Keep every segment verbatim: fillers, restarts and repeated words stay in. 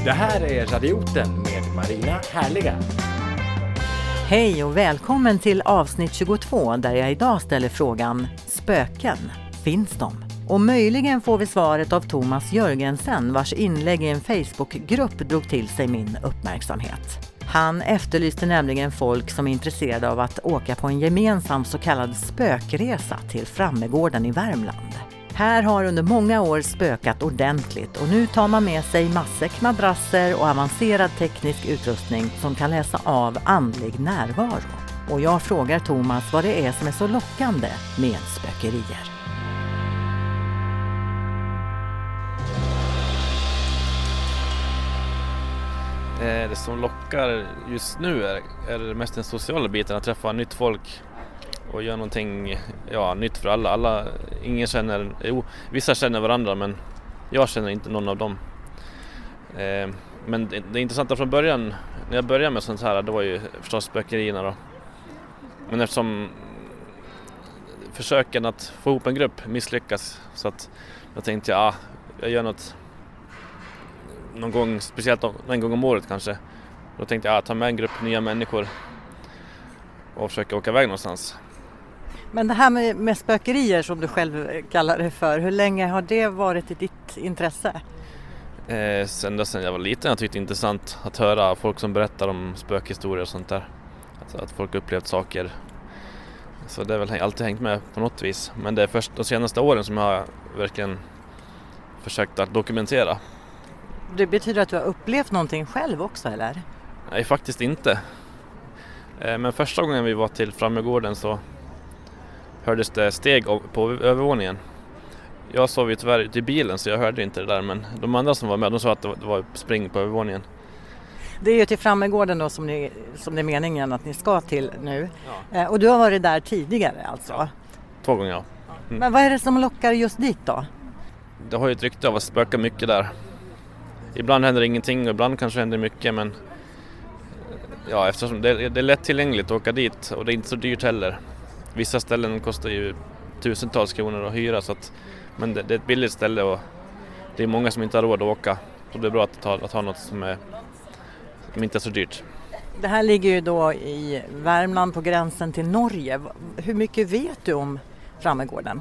Det här är Radioten med Marina Härliga. Hej och välkommen till avsnitt tjugotvå där jag idag ställer frågan: spöken, finns de? Och möjligen får vi svaret av Thomas Jörgensen, vars inlägg i en Facebookgrupp drog till sig min uppmärksamhet. Han efterlyste nämligen folk som är intresserade av att åka på en gemensam så kallad spökresa till Frammegården i Värmland. Här har under många år spökat ordentligt och nu tar man med sig matsäck, madrasser och avancerad teknisk utrustning som kan läsa av andlig närvaro. Och jag frågar Thomas vad det är som är så lockande med spökerier. Det som lockar just nu är, är det mest den sociala biten, att träffa nytt folk och göra någonting ja, nytt för alla. alla. Ingen känner, jo, vissa känner varandra men jag känner inte någon av dem. Eh, men det, det intressanta från början, när jag började med sånt här, det var ju förstås spökerierna då. Men eftersom försöken att få ihop en grupp misslyckas, så att jag tänkte ja, jag gör något någon gång, speciellt en gång om året kanske. Då tänkte jag ta med en grupp nya människor och försöka åka iväg någonstans. Men det här med, med spökerier som du själv kallar det för, hur länge har det varit i ditt intresse? Eh, sen då, sen jag var liten jag tyckte det var intressant att höra folk som berättar om spökhistorier och sånt där. Att, att folk upplevt saker. Så det har väl alltid hängt med på något vis. Men det är först de senaste åren som jag har verkligen försökt att dokumentera. Det betyder att du har upplevt någonting själv också, eller? Nej, faktiskt inte. Men första gången vi var till Frammegården så hördes det steg på övervåningen. Jag sov ju tyvärr ute i bilen så jag hörde inte det där, men de andra som var med, de sa att det var spring på övervåningen. Det är ju till Frammegården då som, ni, som det är meningen att ni ska till nu. Ja. Och du har varit där tidigare alltså? Ja, två gånger ja. Mm. Men vad är det som lockar just dit då? Det har ju ett rykte av att spöka mycket där. Ibland händer ingenting och ibland kanske händer mycket, men ja, eftersom det är, det är lätt tillgängligt att åka dit och det är inte så dyrt heller. Vissa ställen kostar ju tusentals kronor att hyra, så att, men det, det är ett billigt ställe och det är många som inte har råd att åka. Så det är bra att ta, att ha något som, är, som inte är så dyrt. Det här ligger ju då i Värmland på gränsen till Norge. Hur mycket vet du om Frammegården?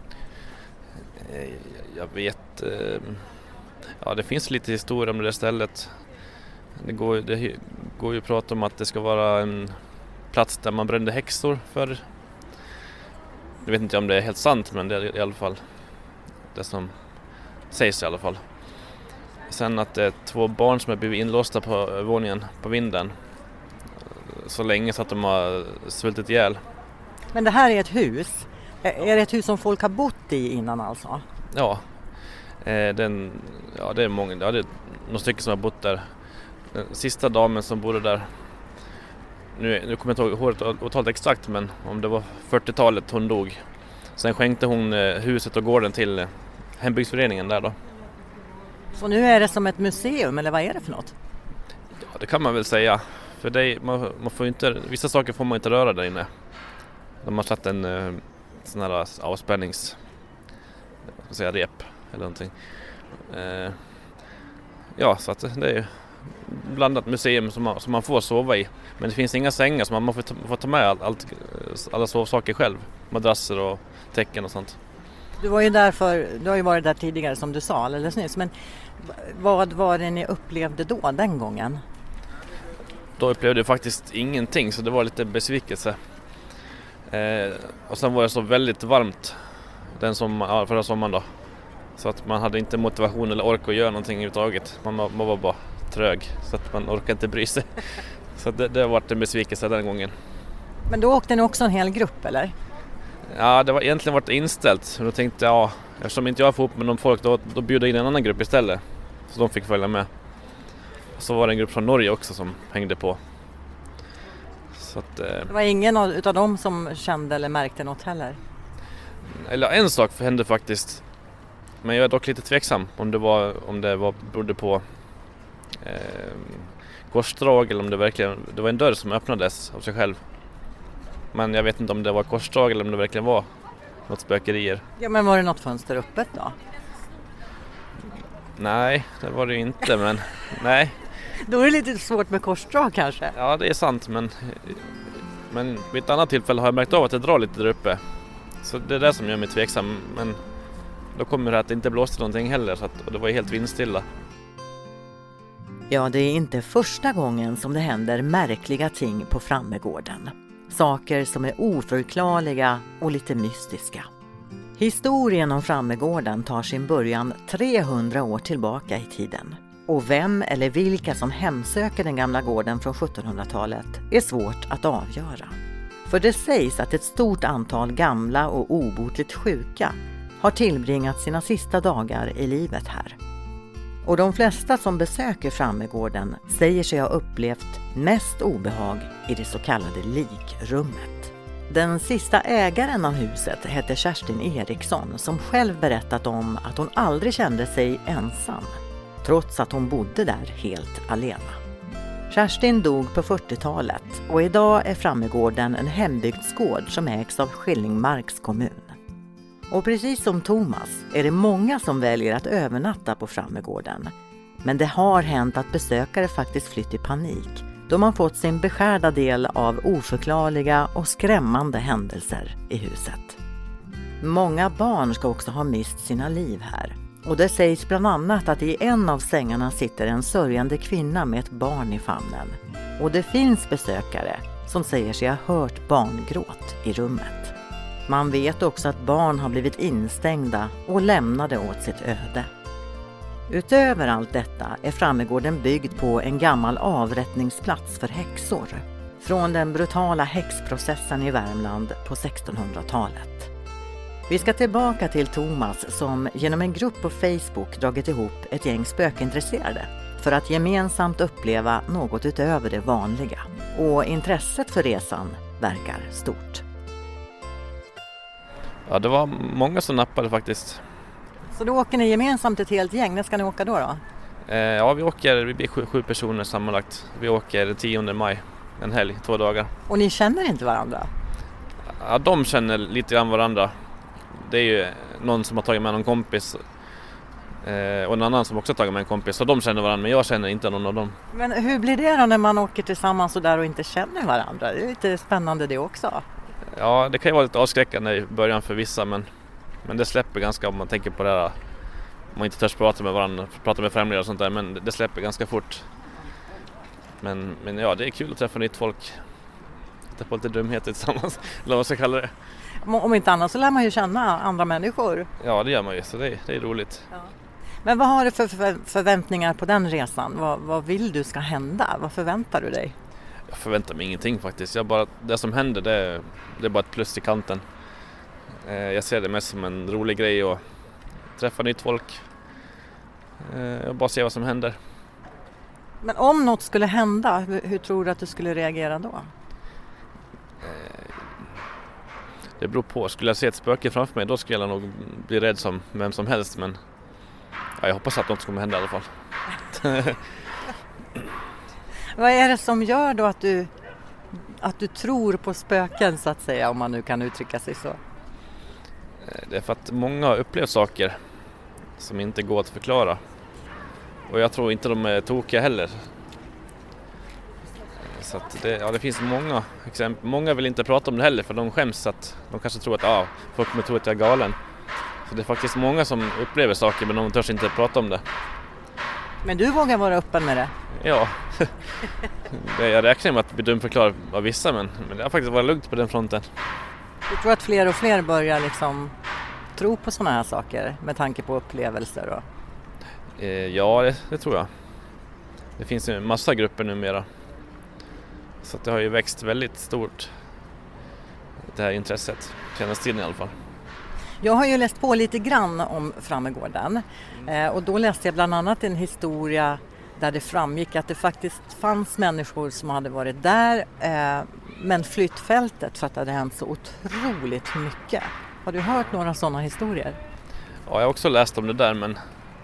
Jag vet... Ja, det finns lite historia om det där stället. Det går, det går ju att prata om att det ska vara en plats där man brände häxor för. Jag vet inte om det är helt sant, men det är i alla fall det som sägs i alla fall. Sen att det är två barn som har blivit inlåsta på våningen på vinden så länge så att de har svultit ihjäl. Men det här är ett hus. Är det ett hus som folk har bott i innan alltså? Ja. Eh, den, ja, det är många, ja, det är några stycken som har bott där. Den sista damen som bodde där, nu, nu kommer jag inte ihåg årtalet exakt, men om det var fyrtiotalet hon dog. Sen skänkte hon eh, huset och gården till eh, hembygdsföreningen där då. Så nu är det som ett museum, eller vad är det för något? Ja, det kan man väl säga. För det, man, man får inte, vissa saker får man inte röra där inne. De har satt en eh, sån här avspännings jag ska säga, rep eller någonting. Eh, ja, så att det är blandat museum som man, som man får sova i. Men det finns inga sängar så man får ta, får ta med allt, allt, alla sovsaker själv. Madrasser och täcken och sånt. Du var ju där för, du har ju varit där tidigare som du sa alldeles nyss. Men vad var det ni upplevde då den gången? Då upplevde jag faktiskt ingenting, så det var lite besvikelse. Eh, och sen var det så väldigt varmt den som, ja, förra sommaren då. Så att man hade inte motivation eller ork att göra någonting överhuvudtaget. Man, man var bara trög så att man orkade inte bry sig. Så det, det har varit en besvikelse den gången. Men då åkte ni också en hel grupp eller? Ja, det var egentligen varit inställt. Då tänkte jag, ja, eftersom inte jag får ihop med någon folk då, då bjuder jag in en annan grupp istället. Så de fick följa med. Så var det en grupp från Norge också som hängde på. Så att, eh, det var ingen av utav dem som kände eller märkte något heller? Eller en sak hände faktiskt. Men jag är dock lite tveksam om det var om det var berodde på eh, korsdrag eller om det verkligen det var en dörr som öppnades av sig själv. Men jag vet inte om det var korsdrag eller om det verkligen var något spökerier. Ja, men var det något fönster öppet då? Nej, det var det ju inte, men nej. Då är det lite svårt med korsdrag kanske. Ja, det är sant, men, men vid ett annat tillfälle har jag märkt av att det drar lite där uppe. Så det är det som gör mig tveksam, men då kommer det att det inte blåste någonting heller, så att, och det var ju helt vindstilla. Ja, det är inte första gången som det händer märkliga ting på Frammegården. Saker som är oförklarliga och lite mystiska. Historien om Frammegården tar sin början trehundra år tillbaka i tiden. Och vem eller vilka som hemsöker den gamla gården från sjuttonhundratalet är svårt att avgöra. För det sägs att ett stort antal gamla och obotligt sjuka har tillbringat sina sista dagar i livet här. Och de flesta som besöker Frammegården säger sig ha upplevt mest obehag i det så kallade likrummet. Den sista ägaren av huset hette Kerstin Eriksson, som själv berättat om att hon aldrig kände sig ensam, trots att hon bodde där helt alena. Kerstin dog på fyrtiotalet och idag är Frammegården en hembygdsgård som ägs av Skillingmarks kommun. Och precis som Thomas är det många som väljer att övernatta på Frammegården. Men det har hänt att besökare faktiskt flytt i panik då man fått sin beskärda del av oförklarliga och skrämmande händelser i huset. Många barn ska också ha mist sina liv här. Och det sägs bland annat att i en av sängarna sitter en sörjande kvinna med ett barn i famnen. Och det finns besökare som säger sig ha hört barngråt i rummet. Man vet också att barn har blivit instängda och lämnade åt sitt öde. Utöver allt detta är Frammegården byggd på en gammal avrättningsplats för häxor från den brutala häxprocessen i Värmland på sextonhundratalet. Vi ska tillbaka till Thomas som genom en grupp på Facebook dragit ihop ett gäng spökintresserade för att gemensamt uppleva något utöver det vanliga. Och intresset för resan verkar stort. Ja, det var många som nappade faktiskt. Så då åker ni gemensamt ett helt gäng? När ska ni åka då då? Eh, ja, vi åker, vi blir sju, sju personer sammanlagt. Vi åker den tionde maj, en helg, två dagar. Och ni känner inte varandra? Ja, de känner lite grann varandra. Det är ju någon som har tagit med någon kompis eh, och en annan som också har tagit med en kompis. Så de känner varandra, men jag känner inte någon av dem. Men hur blir det då när man åker tillsammans och där och inte känner varandra? Det är lite spännande det också. Ja, det kan ju vara lite avskräckande i början för vissa, men, men det släpper ganska om man tänker på det här. Om man inte törs prata med varandra, prata med främlingar och sånt där, men det släpper ganska fort. Men, men ja, det är kul att träffa nytt folk. Hitta på lite dumheter tillsammans, eller vad man ska kalla det. Om inte annat så lär man ju känna andra människor. Ja, det gör man ju, så det är, det är roligt. Ja. Men vad har du för förväntningar på den resan? Vad, vad vill du ska hända? Vad förväntar du dig? Jag förväntar mig ingenting faktiskt. Jag bara, det som händer det är, det är bara ett plus i kanten. Eh, jag ser det mest som en rolig grej att träffa nytt folk. Eh, och bara se vad som händer. Men om något skulle hända, hur, hur tror du att du skulle reagera då? Eh, det beror på. Skulle jag se ett spöke framför mig, då skulle jag nog bli rädd som vem som helst. Men ja, jag hoppas att något kommer hända i alla fall. Vad är det som gör då att du, att du tror på spöken så att säga, om man nu kan uttrycka sig så? Det är för att många har upplevt saker som inte går att förklara. Och jag tror inte de är tokiga heller. Så att det, ja, det finns många exempel. Många vill inte prata om det heller för de skäms att de kanske tror att ja, folk kommer tro att jag är galen. Så det är faktiskt många som upplever saker men de törs inte prata om det. Men du vågar vara öppen med det? Ja, det, jag räknar med att bli dumförklarad av vissa men, men det har faktiskt varit lugnt på den fronten. Jag tror att fler och fler börjar liksom tro på sådana här saker med tanke på upplevelser och... Eh, ja, det, det tror jag. Det finns ju en massa grupper numera. Så att det har ju växt väldigt stort, det här intresset, känns tiden i alla fall. Jag har ju läst på lite grann om Frammegården eh, och då läste jag bland annat en historia där det framgick att det faktiskt fanns människor som hade varit där eh, men flytt fältet för att det hade hänt så otroligt mycket. Har du hört några sådana historier? Ja, jag har också läst om det där men,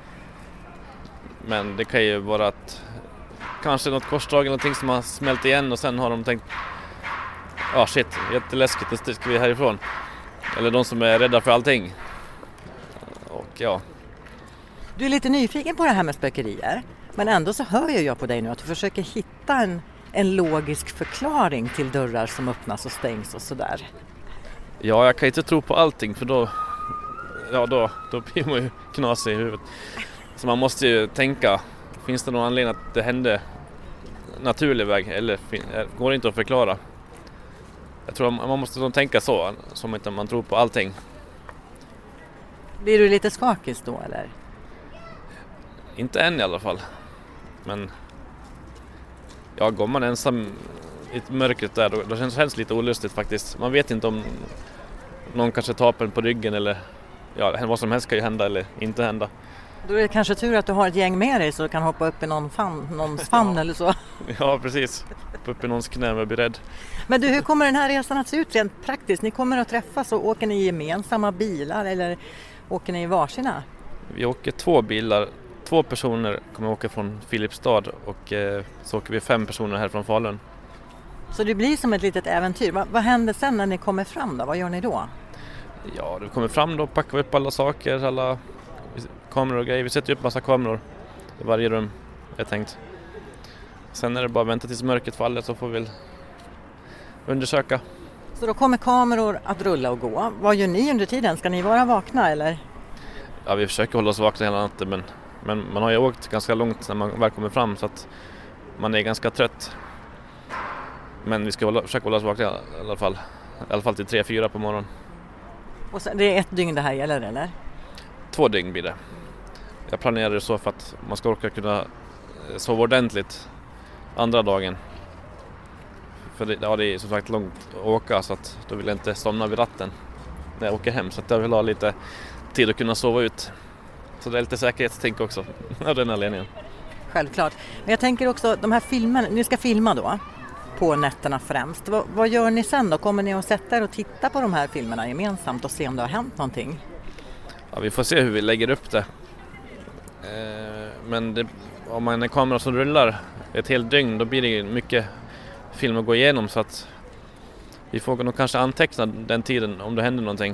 men det kan ju vara att kanske något korsdrag eller någonting som har smält igen och sen har de tänkt ja ah, shit, jätteläskigt, då ska vi härifrån. Eller de som är rädda för allting. Och ja. Du är lite nyfiken på det här med spökerier, men ändå så hör ju jag på dig nu att du försöker hitta en, en logisk förklaring till dörrar som öppnas och stängs och sådär. Ja, jag kan inte tro på allting för då, ja, då, då blir man ju knasig i huvudet. Så man måste ju tänka, finns det någon anledning att det hände naturlig väg eller går det inte att förklara? Jag tror man måste nog tänka så, som inte man tror på allting. Blir du lite skakig då eller? Inte än i alla fall. Men ja, går man ensam i mörkret där, då, då känns det lite olustigt faktiskt. Man vet inte om någon kanske tar en på ryggen eller ja, vad som helst kan ju hända eller inte hända. Då är det kanske tur att du har ett gäng med dig så du kan hoppa upp i någon famn, någons famn ja. Eller så. Ja, precis. Upp i någons knä och bli rädd. Men du, hur kommer den här resan att se ut rent praktiskt? Ni kommer att träffas och åker ni i gemensamma bilar eller åker ni i varsina? Vi åker två bilar. Två personer kommer åka från Filipstad och eh, så åker vi fem personer här från Falun. Så det blir som ett litet äventyr. Va, vad händer sen när ni kommer fram då? Vad gör ni då? Ja, du kommer fram då och packar upp alla saker, alla kameror och grejer. Vi sätter upp massa kameror i varje rum, är tänkt. Sen är det bara att vänta tills mörkret faller så får vi undersöka. Så då kommer kameror att rulla och gå. Vad gör ni under tiden? Ska ni vara vakna eller? Ja, vi försöker hålla oss vakna hela natten men, men man har ju åkt ganska långt när man väl kommer fram så att man är ganska trött. Men vi ska hålla, försöka hålla oss vakna i alla fall. I alla fall till tre fyra på morgonen. Och så, det är ett dygn det här gäller eller? Två dygn blir det. Jag planerar det så för att man ska orka kunna sova ordentligt andra dagen. För det, ja, det är som sagt långt att åka så att då vill jag inte somna vid ratten när jag åker hem. Så att jag vill ha lite tid att kunna sova ut. Så det är lite säkerhetstänk också av den anledningen. Självklart. Men jag tänker också, de här filmerna, ni ska filma då på nätterna främst. Vad, vad gör ni sen då? Kommer ni att sätta er och titta på de här filmerna gemensamt och se om det har hänt någonting? Ja, vi får se hur vi lägger upp det. Eh, men det, om man har en kamera som rullar ett helt dygn då blir det mycket film att gå igenom så att vi får nog kanske anteckna den tiden om det händer någonting.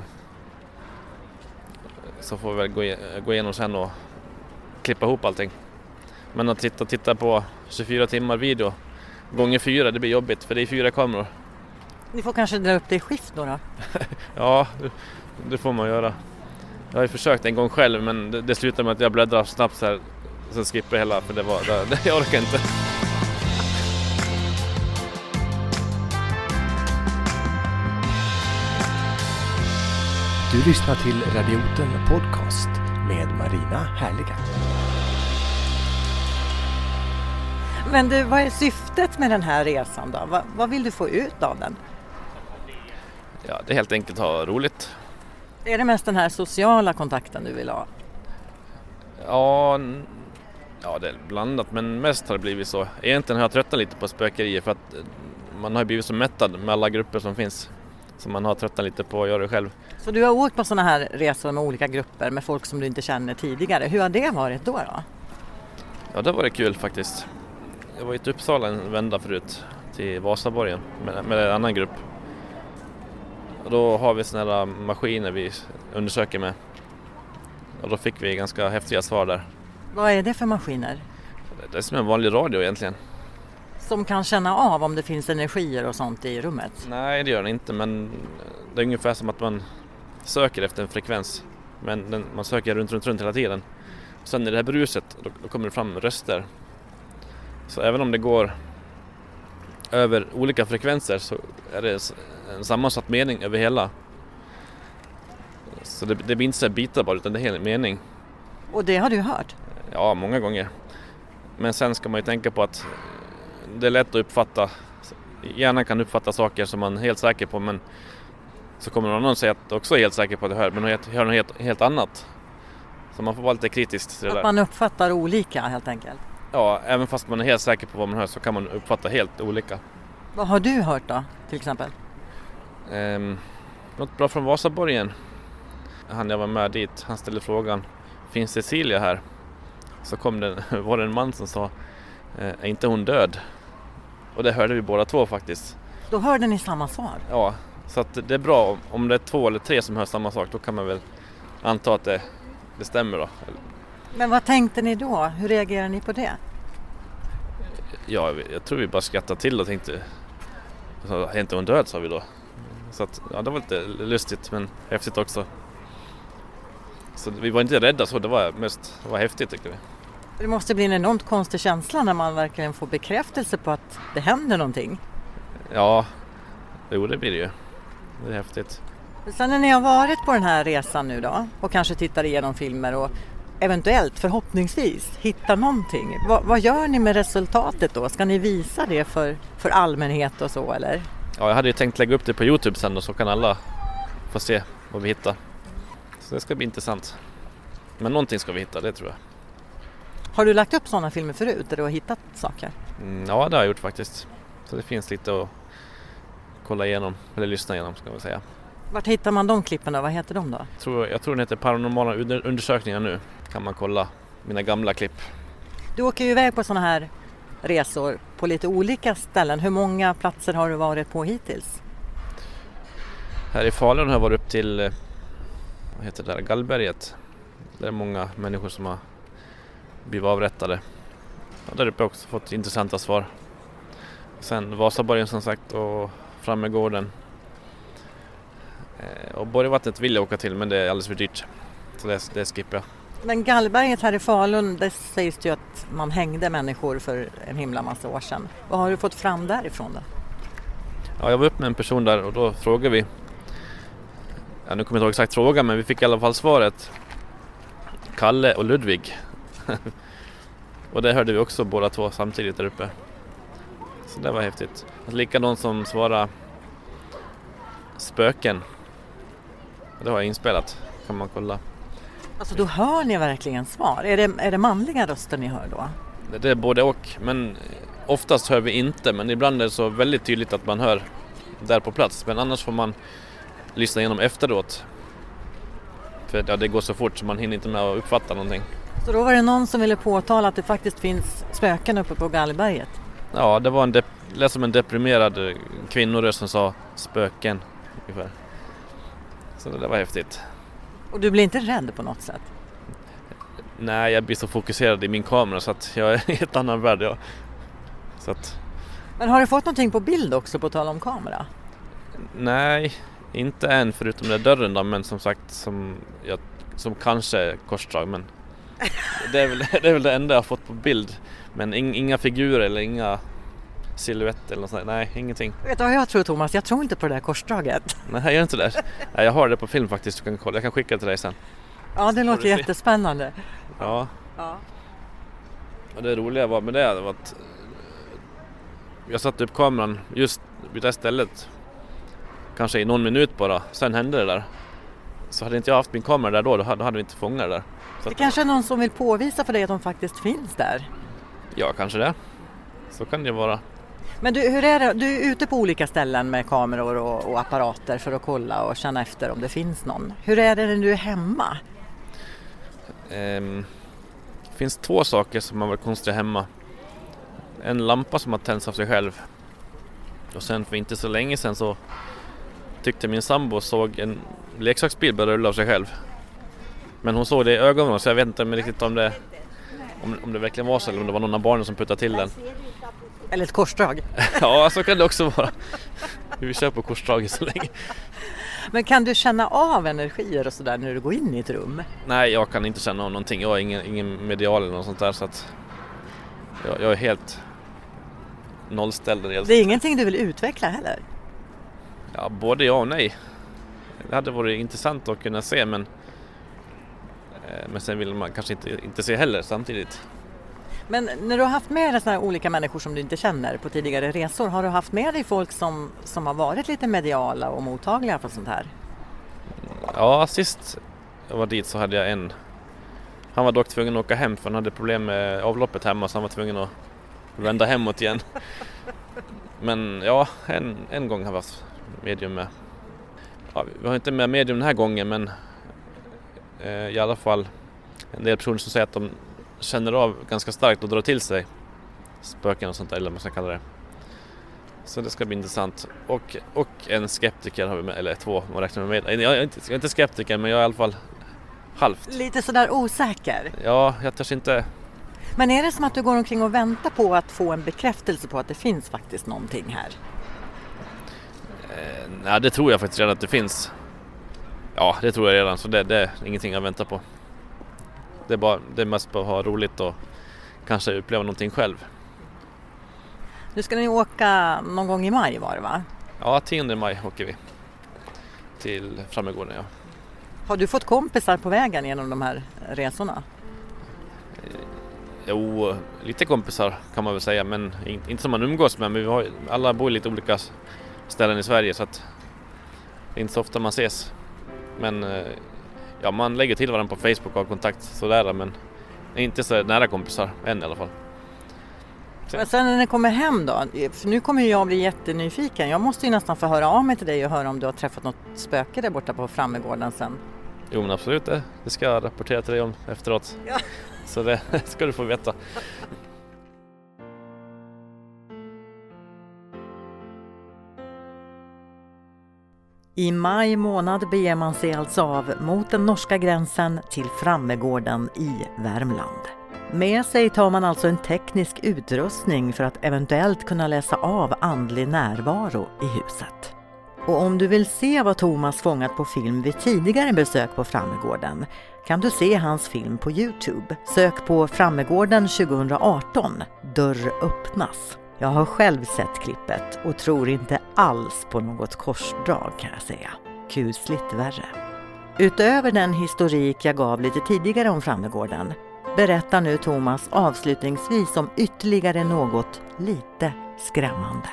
Så får vi väl gå, gå igenom sen och klippa ihop allting. Men att titta, titta på tjugofyra timmar video gånger fyra, det blir jobbigt för det är fyra kameror. Ni får kanske dra upp det i skift då då? Ja, det, det får man göra. Jag har ju försökt en gång själv men det, det slutar med att jag bläddrar snabbt så här, så skippar jag hela för det var, det, det, jag orkar inte. Du lyssnar till Radioten Podcast med Marina Härliga. Men du, vad är syftet med den här resan då? Va, vad vill du få ut av den? Ja, det är helt enkelt att ha roligt. Är det mest den här sociala kontakten du vill ha? Ja, ja, det är blandat men mest har det blivit så. Egentligen har jag tröttnat lite på spökerier för att man har blivit så mättad med alla grupper som finns. Så man har tröttnat lite på att göra det själv. Så du har åkt på sådana här resor med olika grupper med folk som du inte känner tidigare. Hur har det varit då då? Ja, det var det kul faktiskt. Jag var i Uppsala en vända förut till Vasaborgen med, med en annan grupp. Och då har vi såna här maskiner vi undersöker med. Och då fick vi ganska häftiga svar där. Vad är det för maskiner? Det är som en vanlig radio egentligen. Som kan känna av om det finns energier och sånt i rummet? Nej, det gör det inte, men det är ungefär som att man söker efter en frekvens. Men den, man söker runt, runt, runt hela tiden. Sen i det här bruset, då, då kommer det fram röster. Så även om det går över olika frekvenser så är det en sammansatt mening över hela. Så det, det blir inte så bitar bara utan det är hela mening. Och det har du hört? Ja, många gånger. Men sen ska man ju tänka på att det är lätt att uppfatta. Hjärnan kan uppfatta saker som man är helt säker på, men så kommer någon annan säga att också är helt säker på att det hör, men hör något helt, helt annat. Så man får vara lite kritisk till det där. Att man uppfattar olika helt enkelt? Ja, även fast man är helt säker på vad man hör så kan man uppfatta helt olika. Vad har du hört då, till exempel? Um, något bra från Vasaborgen. Han jag var med dit, han ställde frågan: finns Cecilia här? Så kom det, var det en man som sa: är inte hon död? Och det hörde vi båda två faktiskt. Då hörde ni samma svar? Ja, så att det är bra om det är två eller tre som hör samma sak. Då kan man väl anta att det, det stämmer då. Men vad tänkte ni då? Hur reagerade ni på det? Ja, jag tror vi bara skrattade till och tänkte, alltså, är inte hon död, sa vi då. Så att, ja, det var lite lustigt men häftigt också. Så vi var inte rädda, så det var mest det var häftigt tycker vi. Det måste bli en enormt konstig känsla när man verkligen får bekräftelse på att det händer någonting. Ja, jo det blir det ju. Det är häftigt. Sen när ni har varit på den här resan nu då och kanske tittar igenom filmer och eventuellt, förhoppningsvis, hitta någonting. Va, vad gör ni med resultatet då? Ska ni visa det för, för allmänhet och så eller? Ja, jag hade ju tänkt lägga upp det på YouTube sen och så kan alla få se vad vi hittar. Så det ska bli intressant. Men någonting ska vi hitta, det tror jag. Har du lagt upp sådana filmer förut där du har hittat saker? Mm, ja, det har jag gjort faktiskt. Så det finns lite att kolla igenom, eller lyssna igenom ska man säga. Vart hittar man de klippen då? Vad heter de då? Jag tror, jag tror den heter Paranormala undersökningar nu. Kan man kolla mina gamla klipp. Du åker ju iväg på sådana här resor på lite olika ställen. Hur många platser har du varit på hittills? Här i Falun har jag varit upp till vad heter det där, Gallberget. Det är många människor som har blivit avrättade. Och där uppe har jag också fått intressanta svar. Sen Vasaborgen som sagt och Frammegården. Och Borgvattnet vill jag åka till men det är alldeles för dyrt. Så det, det skippar jag. Men Gallberget här i Falun, det sägs ju att man hängde människor för en himla massa år sedan. Vad har du fått fram därifrån då? Ja, jag var upp med en person där och då frågade vi. Ja, nu kommer jag inte ihåg exakt fråga men vi fick i alla fall svaret. Kalle och Ludvig. Och det hörde vi också båda två samtidigt där uppe. Så det var häftigt. Likadant som svara spöken. Det har jag inspelat. Kan man kolla. Alltså då hör ni verkligen svar. Är det, är det manliga röster ni hör då? Det, det är både och. Men oftast hör vi inte. Men ibland är det så väldigt tydligt att man hör där på plats. Men annars får man lyssna igenom efteråt. För ja, det går så fort så man hinner inte med att uppfatta någonting. Så då var det någon som ville påtala att det faktiskt finns spöken uppe på Gallberget? Ja, det var en dep- lät som en deprimerad kvinnoröst som sa spöken ungefär. Så det var häftigt. Och du blir inte rädd på något sätt? Nej, jag blir så fokuserad i min kamera så att jag är i ett annan värld. Ja. Så att... Men har du fått någonting på bild också på tal om kamera? Nej, inte än förutom den dörren då, men som sagt som, jag, som kanske är korsdrag. Men det, är väl, det är väl det enda jag har fått på bild. Men in, inga figurer eller inga silhuetter eller något sånt. Nej, ingenting. Vet du vad jag tror, Thomas? Jag tror inte på det där korsdraget. Nej, jag gör inte det. Nej, jag har det på film faktiskt. Du kan kolla. Jag kan skicka det till dig sen. Ja, det låter jättespännande. Ja. Ja. Och det roliga var med det var att jag satte upp kameran just vid det stället. Kanske i någon minut bara. Sen hände det där. Så hade inte jag haft min kamera där då, då hade, då hade vi inte fångat det där. Så det att, kanske är någon som vill påvisa för dig att de faktiskt finns där. ja, kanske det. Så kan det vara. Men du, hur är det? Du är ute på olika ställen med kameror och, och apparater för att kolla och känna efter om det finns någon. Hur är det när du är hemma? Ehm, det finns två saker som har varit konstiga hemma. En lampa som har tänts av sig själv. Och sen för inte så länge sedan så tyckte min sambo såg en leksaksbil börja rulla av sig själv. Men hon såg det i ögonen så jag vet inte riktigt om det, om, om det verkligen var så eller om det var någon av barnen som puttade till den. Eller ett korsdrag. Ja, så kan det också vara. Vi kör på korsdraget så länge. Men kan du känna av energier och sådär när du går in i ett rum? Nej, jag kan inte känna av någonting. Jag är ingen, ingen medial eller något sånt där så att jag, jag är helt nollställd. Det är ingenting du vill utveckla heller? Ja, både ja och nej. Det hade varit intressant att kunna se men, men sen vill man kanske inte, inte se heller samtidigt. Men när du har haft med dig såna här olika människor som du inte känner på tidigare resor, har du haft med dig folk som, som har varit lite mediala och mottagliga för sånt här? Ja, sist jag var dit så hade jag en. Han var dock tvungen att åka hem för han hade problem med avloppet hemma så han var tvungen att vända hemåt igen. Men ja, en, en gång har vi haft medium med. Ja, vi har inte med medium den här gången men eh, i alla fall en del personer som säger att de känner av ganska starkt och drar till sig spöken och sånt där, eller vad man ska kalla det. Så det ska bli intressant. Och, och en skeptiker har vi med, eller två, man räknar med. Jag är, inte, jag är inte skeptiker men jag är i alla fall halvt. Lite sådär osäker. Ja, jag törs inte. Men är det som att du går omkring och väntar på att få en bekräftelse på att det finns faktiskt någonting här? Eh, nej, det tror jag faktiskt redan att det finns. Ja, det tror jag redan. Så det, det är ingenting jag väntar på. Det är, bara, det är mest bara att ha roligt och kanske uppleva någonting själv. Nu ska ni åka någon gång i maj var det va? Ja, tionde maj åker vi till Frammegården, ja. Har du fått kompisar på vägen genom de här resorna? Jo, lite kompisar kan man väl säga, men inte som man umgås med. Men vi har, alla bor i lite olika ställen i Sverige, så att det är inte så ofta man ses. Men ja, man lägger till varandra på Facebook och har kontakt sådär, men inte så nära kompisar än i alla fall. Sen. Men sen när ni kommer hem då, för nu kommer jag bli jättenyfiken. Jag måste ju nästan få höra av mig till dig och höra om du har träffat något spöke där borta på Frammegården sen. Jo men absolut, det, det ska jag rapportera till dig om efteråt. Ja. Så det ska du få veta. I maj månad beger man sig alltså av mot den norska gränsen till Frammegården i Värmland. Med sig tar man alltså en teknisk utrustning för att eventuellt kunna läsa av andlig närvaro i huset. Och om du vill se vad Thomas fångat på film vid tidigare besök på Frammegården kan du se hans film på YouTube. Sök på Frammegården tjugo arton, dörr öppnas. Jag har själv sett klippet och tror inte alls på något korsdrag kan jag säga. Kusligt värre. Utöver den historik jag gav lite tidigare om Frammegården berättar nu Thomas avslutningsvis om ytterligare något lite skrämmande.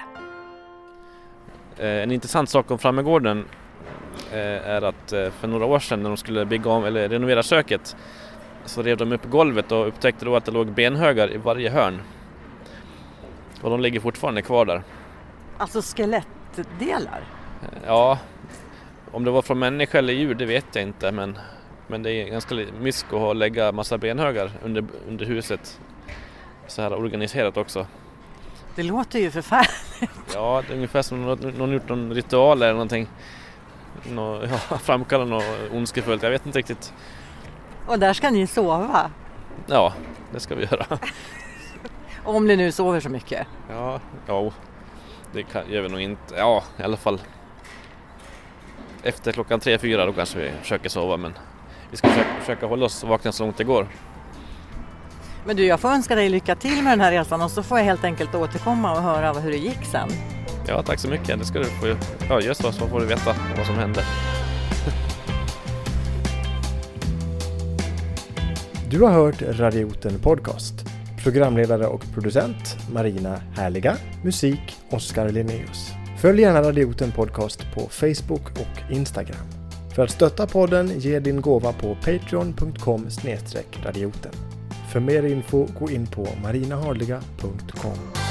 En intressant sak om Frammegården är att för några år sedan när de skulle bygga om eller renovera köket så rev de upp golvet och upptäckte då att det låg benhögar i varje hörn. Och de ligger fortfarande kvar där. Alltså skelettdelar? Ja, om det var från människa eller djur det vet jag inte, men, men det är ganska mysko att lägga massa benhögar under, under huset. Så här organiserat också. Det låter ju förfärligt. Ja, det är ungefär som någon, någon gjort någon ritual eller någonting. Nå, ja, framkallar något ondskefullt, jag vet inte riktigt. Och där ska ni sova? Ja, det ska vi göra. Om ni nu sover så mycket? Ja, ja det kan, gör vi nog inte. Ja, i alla fall. Efter klockan tre, fyra då kanske vi försöker sova, men vi ska försöka, försöka hålla oss vakna så långt det går. Men du, jag får önska dig lycka till med den här resan och så får jag helt enkelt återkomma och höra hur det gick sen. Ja, tack så mycket. Det ska du få. Ja, just så, så får du veta vad som hände. Du har hört Radioten Podcast. Programledare och producent Marina Härliga. Musik Oskar Linnaeus. Följ gärna Radioten Podcast på Facebook och Instagram. För att stötta podden ge din gåva på patreon punkt com slash radioten. För mer info gå in på marinaharliga punkt com.